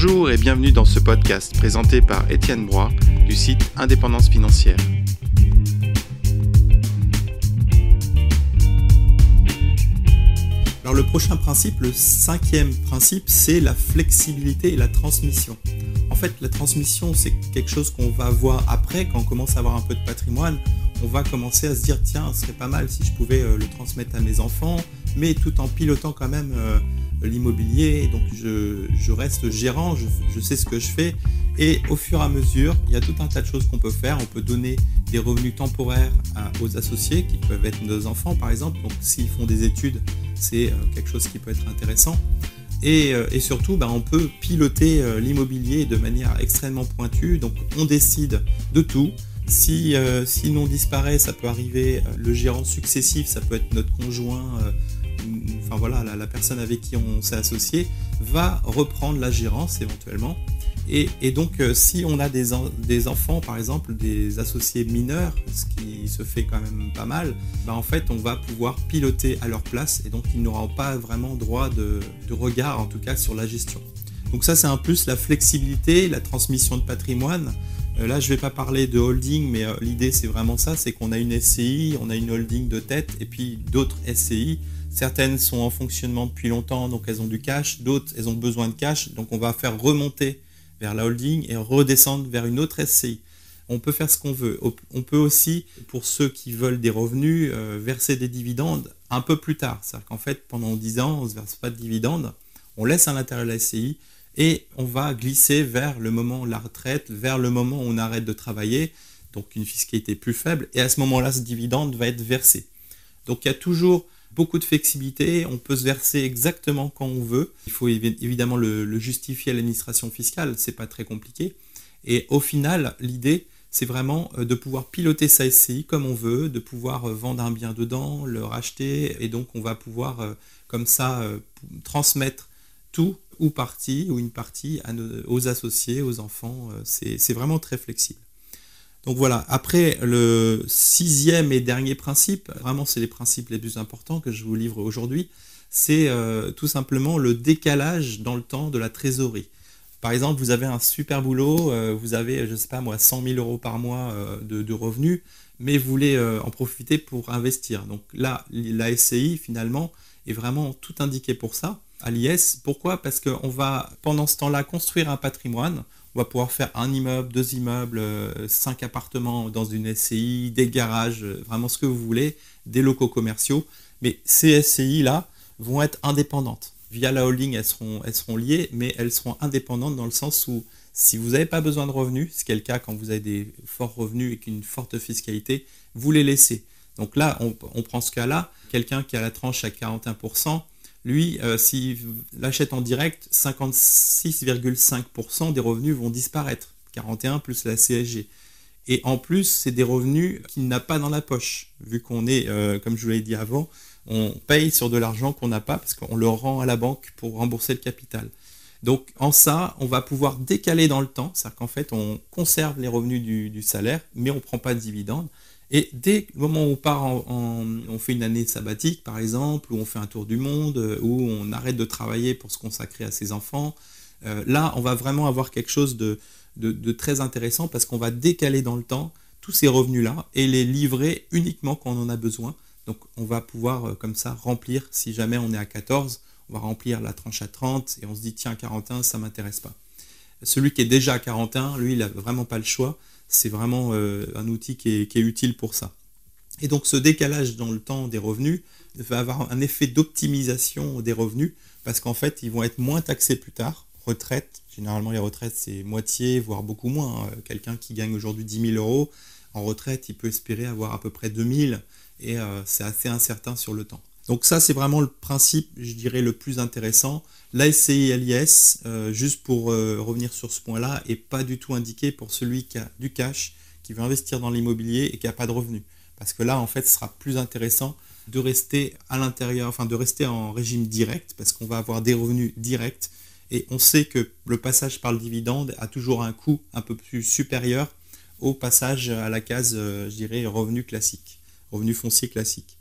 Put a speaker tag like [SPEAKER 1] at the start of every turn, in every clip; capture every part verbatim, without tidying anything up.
[SPEAKER 1] Bonjour et bienvenue dans ce podcast présenté par Étienne Broy du site Indépendance Financière.
[SPEAKER 2] Alors le prochain principe, le cinquième principe, c'est la flexibilité et la transmission. En fait, la transmission, c'est quelque chose qu'on va voir après, quand on commence à avoir un peu de patrimoine. On va commencer à se dire, tiens, ce serait pas mal si je pouvais euh, le transmettre à mes enfants, mais tout en pilotant quand même euh, l'immobilier. Donc je, je reste gérant, je, je sais ce que je fais. Et au fur et à mesure, il y a tout un tas de choses qu'on peut faire. On peut donner des revenus temporaires à, aux associés, qui peuvent être nos enfants par exemple. Donc s'ils font des études, c'est euh, quelque chose qui peut être intéressant. Et, euh, et surtout, bah, on peut piloter euh, l'immobilier de manière extrêmement pointue. Donc on décide de tout. Si, euh, si l'on disparaît, ça peut arriver, euh, le gérant successif, ça peut être notre conjoint, euh, enfin voilà, la, la personne avec qui on s'est associé, va reprendre la gérance éventuellement. Et, et donc, euh, si on a des, en, des enfants, par exemple, des associés mineurs, ce qui se fait quand même pas mal, bah en fait, on va pouvoir piloter à leur place et donc ils n'auront pas vraiment droit de, de regard, en tout cas, sur la gestion. Donc ça, c'est un plus la flexibilité, la transmission de patrimoine. Euh, là, je ne vais pas parler de holding, mais euh, l'idée, c'est vraiment ça, c'est qu'on a une S C I, on a une holding de tête et puis d'autres S C I. Certaines sont en fonctionnement depuis longtemps, donc elles ont du cash. D'autres, elles ont besoin de cash, donc on va faire remonter vers la holding et redescendre vers une autre S C I. On peut faire ce qu'on veut. On peut aussi, pour ceux qui veulent des revenus, euh, verser des dividendes un peu plus tard. C'est-à-dire qu'en fait, pendant dix ans, on ne se verse pas de dividendes, on laisse à l'intérieur de la S C I et on va glisser vers le moment de la retraite, vers le moment où on arrête de travailler, donc une fiscalité plus faible, et à ce moment-là, ce dividende va être versé. Donc il y a toujours beaucoup de flexibilité, on peut se verser exactement quand on veut. Il faut évidemment le, le justifier à l'administration fiscale, c'est pas très compliqué. Et au final, l'idée, c'est vraiment de pouvoir piloter sa S C I comme on veut, de pouvoir vendre un bien dedans, le racheter, et donc on va pouvoir comme ça transmettre tout ou partie ou une partie à nos, aux associés, aux enfants. C'est, c'est vraiment très flexible. Donc voilà, après le sixième et dernier principe, vraiment c'est les principes les plus importants que je vous livre aujourd'hui, c'est euh, tout simplement le décalage dans le temps de la trésorerie. Par exemple, vous avez un super boulot, euh, vous avez, je ne sais pas moi, cent mille euros par mois euh, de, de revenus, mais vous voulez euh, en profiter pour investir. Donc là, la S C I finalement est vraiment tout indiquée pour ça, à l'I S. Pourquoi ? Parce qu'on va pendant ce temps-là construire un patrimoine. On va pouvoir faire un immeuble, deux immeubles, euh, cinq appartements dans une S C I, des garages, euh, vraiment ce que vous voulez, des locaux commerciaux. Mais ces S C I-là vont être indépendantes. Via la holding, elles seront, elles seront liées, mais elles seront indépendantes dans le sens où si vous n'avez pas besoin de revenus, ce qui est le cas quand vous avez des forts revenus et qu'une forte fiscalité, vous les laissez. Donc là, on, on prend ce cas-là, quelqu'un qui a la tranche à quarante et un pour cent, lui, euh, s'il l'achète en direct, cinquante-six virgule cinq pour cent des revenus vont disparaître, quarante et un plus la C S G. Et en plus, c'est des revenus qu'il n'a pas dans la poche, vu qu'on est, euh, comme je vous l'ai dit avant, on paye sur de l'argent qu'on n'a pas parce qu'on le rend à la banque pour rembourser le capital. Donc en ça, on va pouvoir décaler dans le temps, c'est-à-dire qu'en fait, on conserve les revenus du, du salaire, mais on ne prend pas de dividendes. Et dès le moment où on part en, en, on fait une année sabbatique par exemple, ou on fait un tour du monde, où on arrête de travailler pour se consacrer à ses enfants, euh, là on va vraiment avoir quelque chose de, de, de très intéressant parce qu'on va décaler dans le temps tous ces revenus-là et les livrer uniquement quand on en a besoin. Donc on va pouvoir euh, comme ça remplir, si jamais on est à quatorze, on va remplir la tranche à trente et on se dit tiens quarante et un ça ne m'intéresse pas. Celui qui est déjà à quarante et un, lui il n'a vraiment pas le choix. C'est vraiment euh, un outil qui est, qui est utile pour ça. Et donc ce décalage dans le temps des revenus va avoir un effet d'optimisation des revenus parce qu'en fait ils vont être moins taxés plus tard. Retraite, généralement les retraites c'est moitié, voire beaucoup moins. Quelqu'un qui gagne aujourd'hui dix mille euros, en retraite il peut espérer avoir à peu près deux mille et euh, c'est assez incertain sur le temps. Donc ça c'est vraiment le principe, je dirais, le plus intéressant. La S C I et l'I S, euh, juste pour euh, revenir sur ce point-là, n'est pas du tout indiqué pour celui qui a du cash, qui veut investir dans l'immobilier et qui n'a pas de revenus. Parce que là, en fait, ce sera plus intéressant de rester à l'intérieur, enfin de rester en régime direct, parce qu'on va avoir des revenus directs. Et on sait que le passage par le dividende a toujours un coût un peu plus supérieur au passage à la case, euh, je dirais, revenu classique, revenu foncier classique.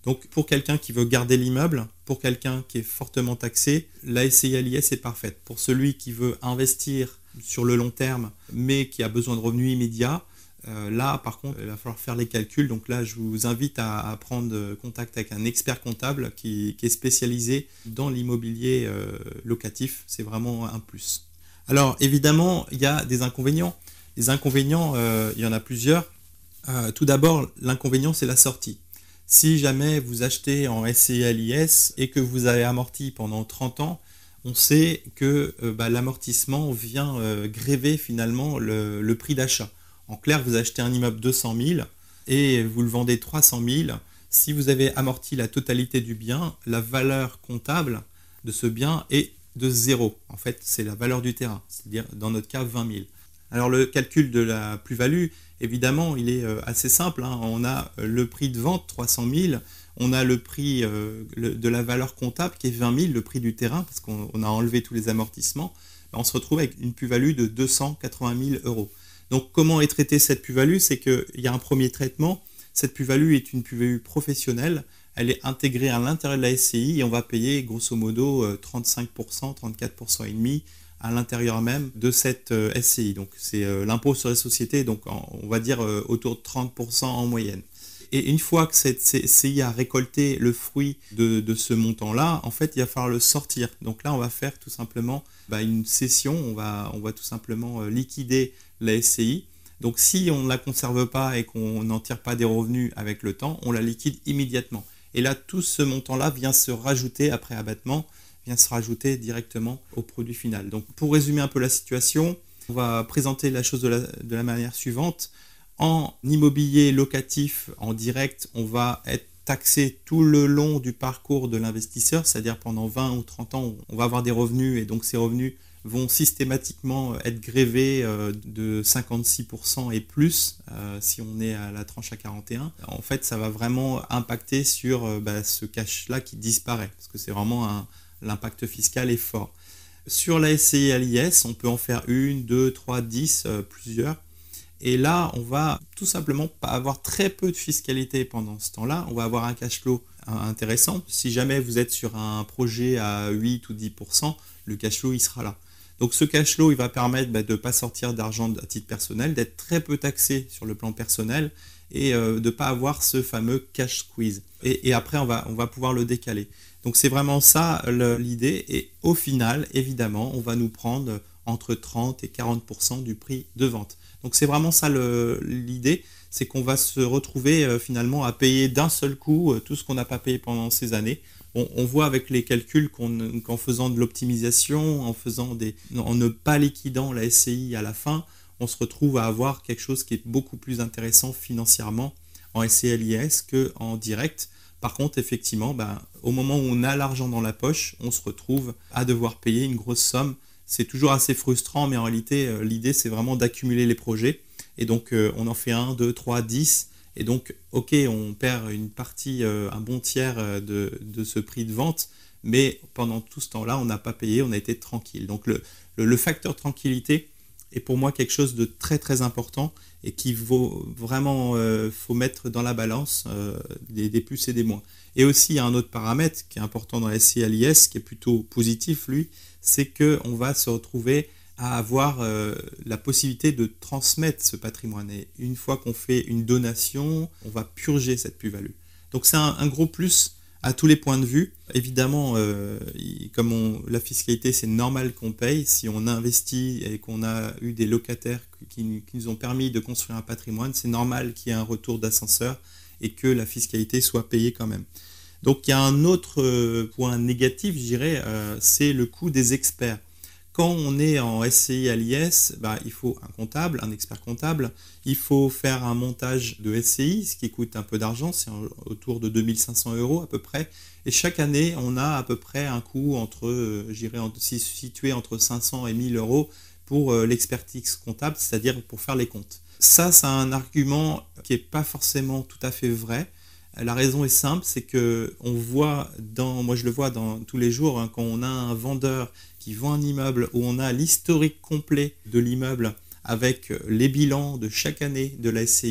[SPEAKER 2] Donc pour quelqu'un qui veut garder l'immeuble, pour quelqu'un qui est fortement taxé, la S C I à l'I S est parfaite. Pour celui qui veut investir sur le long terme, mais qui a besoin de revenus immédiats, euh, là par contre il va falloir faire les calculs. Donc là je vous invite à, à prendre contact avec un expert comptable qui, qui est spécialisé dans l'immobilier euh, locatif. C'est vraiment un plus. Alors évidemment il y a des inconvénients. Les inconvénients, euh, il y en a plusieurs. Euh, tout d'abord, l'inconvénient c'est la sortie. Si jamais vous achetez en S C I à l'I S et que vous avez amorti pendant trente ans, on sait que euh, bah, l'amortissement vient euh, gréver finalement le, le prix d'achat. En clair, vous achetez un immeuble deux cent mille et vous le vendez trois cent mille. Si vous avez amorti la totalité du bien, la valeur comptable de ce bien est de zéro. En fait, c'est la valeur du terrain, c'est-à-dire dans notre cas vingt mille. Alors le calcul de la plus-value, évidemment, il est euh, assez simple, hein. On a le prix de vente, trois cent mille. On a le prix euh, le, de la valeur comptable qui est vingt mille, le prix du terrain, parce qu'on on a enlevé tous les amortissements. On se retrouve avec une plus-value de deux cent quatre-vingt mille euros. Donc comment est traitée cette plus-value? C'est qu'il y a un premier traitement. Cette plus-value est une plus-value professionnelle. Elle est intégrée à l'intérieur de la S C I et on va payer grosso modo trente-cinq pour cent, trente-quatre pour cent et demi à l'intérieur même de cette euh, S C I. Donc c'est euh, l'impôt sur les sociétés, donc en, on va dire euh, autour de trente pour cent en moyenne. Et une fois que cette S C I a récolté le fruit de, de ce montant-là, en fait, il va falloir le sortir. Donc là, on va faire tout simplement bah, une cession, on va, on va tout simplement euh, liquider la S C I. Donc si on ne la conserve pas et qu'on n'en tire pas des revenus avec le temps, on la liquide immédiatement. Et là, tout ce montant-là vient se rajouter après abattement, vient se rajouter directement au produit final. Donc pour résumer un peu la situation, on va présenter la chose de la, de la manière suivante. En immobilier locatif, en direct, on va être taxé tout le long du parcours de l'investisseur, c'est-à-dire pendant vingt ou trente ans, on va avoir des revenus et donc ces revenus vont systématiquement être grévés de cinquante-six pour cent et plus euh, si on est à la tranche à quarante et un. En fait, ça va vraiment impacter sur bah, ce cash-là qui disparaît, parce que c'est vraiment un, l'impact fiscal est fort. Sur la S C I à l'I S, on peut en faire une, deux, trois, dix, euh, plusieurs. Et là, on va tout simplement pas avoir très peu de fiscalité pendant ce temps-là. On va avoir un cash flow intéressant. Si jamais vous êtes sur un projet à huit ou dix pour cent, le cash flow, il sera là. Donc ce cash flow, il va permettre bah, de ne pas sortir d'argent à titre personnel, d'être très peu taxé sur le plan personnel et euh, de ne pas avoir ce fameux cash squeeze. Et, et après, on va, on va pouvoir le décaler. Donc c'est vraiment ça le, l'idée. Et au final, évidemment, on va nous prendre entre trente et quarante pour cent du prix de vente. Donc c'est vraiment ça le, l'idée, c'est qu'on va se retrouver euh, finalement à payer d'un seul coup euh, tout ce qu'on n'a pas payé pendant ces années. On, on voit avec les calculs qu'on, qu'en faisant de l'optimisation, en, faisant des, en ne pas liquidant la S C I à la fin, on se retrouve à avoir quelque chose qui est beaucoup plus intéressant financièrement en S C I à l'I S qu'en direct. Par contre, effectivement, ben, au moment où on a l'argent dans la poche, on se retrouve à devoir payer une grosse somme. C'est toujours assez frustrant, mais en réalité, euh, l'idée, c'est vraiment d'accumuler les projets. Et donc, euh, on en fait un, deux, trois, dix. Et donc, ok, on perd une partie, euh, un bon tiers euh, de, de ce prix de vente. Mais pendant tout ce temps-là, on n'a pas payé, on a été tranquille. Donc, le, le, le facteur tranquillité est pour moi quelque chose de très, très important et qui vaut vraiment, euh, faut mettre dans la balance euh, des, des plus et des moins. Et aussi, il y a un autre paramètre qui est important dans la S C I à l'I S, qui est plutôt positif, lui, c'est qu'on va se retrouver à avoir euh, la possibilité de transmettre ce patrimoine. Et une fois qu'on fait une donation, on va purger cette plus-value. Donc c'est un, un gros plus à tous les points de vue. Évidemment, euh, comme on, la fiscalité, c'est normal qu'on paye. Si on investit et qu'on a eu des locataires qui, qui nous ont permis de construire un patrimoine, c'est normal qu'il y ait un retour d'ascenseur et que la fiscalité soit payée quand même. Donc il y a un autre point négatif, je dirais, euh, c'est le coût des experts. Quand on est en S C I à l'I S, bah, il faut un comptable, un expert comptable, il faut faire un montage de S C I, ce qui coûte un peu d'argent, c'est autour de deux mille cinq cents euros à peu près. Et chaque année, on a à peu près un coût entre, euh, je dirais, situé entre cinq cents et mille euros pour euh, l'expertise comptable, c'est-à-dire pour faire les comptes. Ça, c'est un argument qui n'est pas forcément tout à fait vrai. La raison est simple, c'est que on voit dans, moi je le vois dans tous les jours, hein, quand on a un vendeur qui vend un immeuble où on a l'historique complet de l'immeuble avec les bilans de chaque année de la S C I,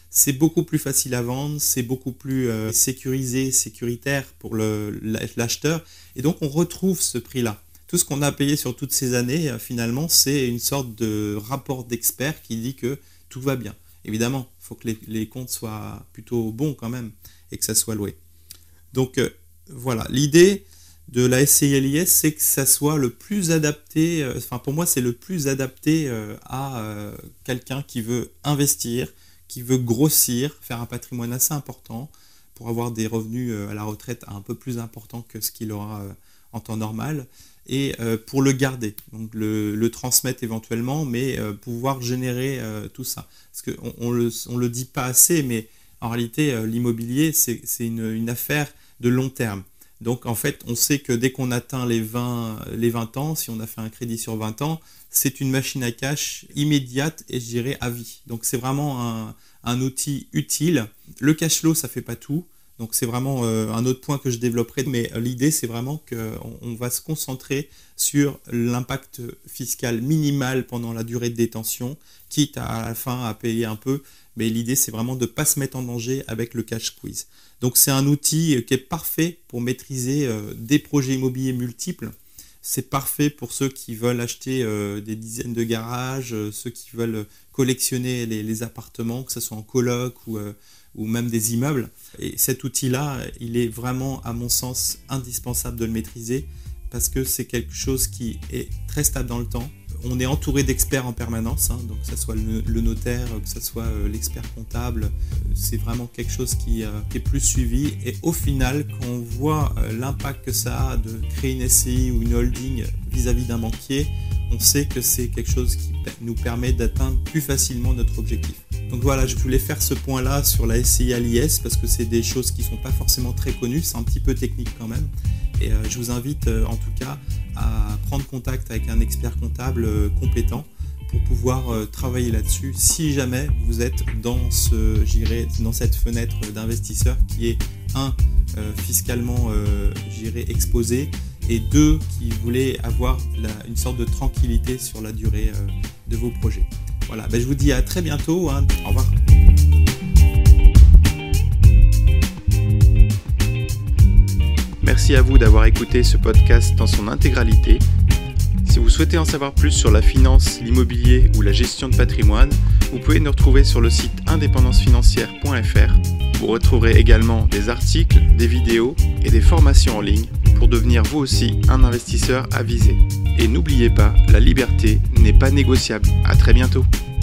[SPEAKER 2] c'est beaucoup plus facile à vendre, c'est beaucoup plus euh, sécurisé, sécuritaire pour le, l'acheteur. Et donc, on retrouve ce prix-là. Tout ce qu'on a payé sur toutes ces années, euh, finalement, c'est une sorte de rapport d'expert qui dit que tout va bien. Évidemment, il faut que les, les comptes soient plutôt bons quand même et que ça soit loué. Donc, euh, voilà. L'idée de la S C I L I S, c'est que ça soit le plus adapté, euh, enfin pour moi c'est le plus adapté euh, à euh, quelqu'un qui veut investir, qui veut grossir, faire un patrimoine assez important pour avoir des revenus euh, à la retraite un peu plus importants que ce qu'il aura euh, en temps normal, et euh, pour le garder, donc le, le transmettre éventuellement, mais euh, pouvoir générer euh, tout ça. Parce qu'on on le, on le dit pas assez, mais en réalité euh, l'immobilier c'est, c'est une, une affaire de long terme. Donc en fait, on sait que dès qu'on atteint les vingt, les vingt ans, si on a fait un crédit sur vingt ans, c'est une machine à cash immédiate et je dirais à vie. Donc c'est vraiment un, un outil utile. Le cash flow, ça fait pas tout. Donc c'est vraiment euh, un autre point que je développerai. Mais euh, l'idée, c'est vraiment qu'on on va se concentrer sur l'impact fiscal minimal pendant la durée de détention, quitte à, à la fin à payer un peu. Mais l'idée, c'est vraiment de ne pas se mettre en danger avec le cash squeeze. Donc c'est un outil qui est parfait pour maîtriser euh, des projets immobiliers multiples. C'est parfait pour ceux qui veulent acheter euh, des dizaines de garages, euh, ceux qui veulent collectionner les, les appartements, que ce soit en coloc ou, euh, ou même des immeubles. Et cet outil-là, il est vraiment, à mon sens, indispensable de le maîtriser parce que c'est quelque chose qui est très stable dans le temps. On est entouré d'experts en permanence, hein, donc que ce soit le, le notaire, que ce soit euh, l'expert comptable, euh, c'est vraiment quelque chose qui, euh, qui est plus suivi. Et au final, quand on voit euh, l'impact que ça a de créer une S C I ou une holding vis-à-vis d'un banquier, on sait que c'est quelque chose qui nous permet d'atteindre plus facilement notre objectif. Donc voilà, je voulais faire ce point-là sur la S C I L I S parce que c'est des choses qui ne sont pas forcément très connues, c'est un petit peu technique quand même. Et euh, je vous invite euh, en tout cas à prendre contact avec un expert comptable euh, compétent pour pouvoir euh, travailler là-dessus si jamais vous êtes dans, ce, j'irai, dans cette fenêtre d'investisseur qui est un, euh, fiscalement euh, j'irai, exposé et deux, qui voulait avoir la, une sorte de tranquillité sur la durée euh, de vos projets. Voilà, ben, je vous dis à très bientôt, hein. Au revoir.
[SPEAKER 1] Merci à vous d'avoir écouté ce podcast dans son intégralité. Si vous souhaitez en savoir plus sur la finance, l'immobilier ou la gestion de patrimoine, vous pouvez nous retrouver sur le site indépendance financière point f r. Vous retrouverez également des articles, des vidéos et des formations en ligne pour devenir vous aussi un investisseur avisé. Et n'oubliez pas, la liberté n'est pas négociable. À très bientôt.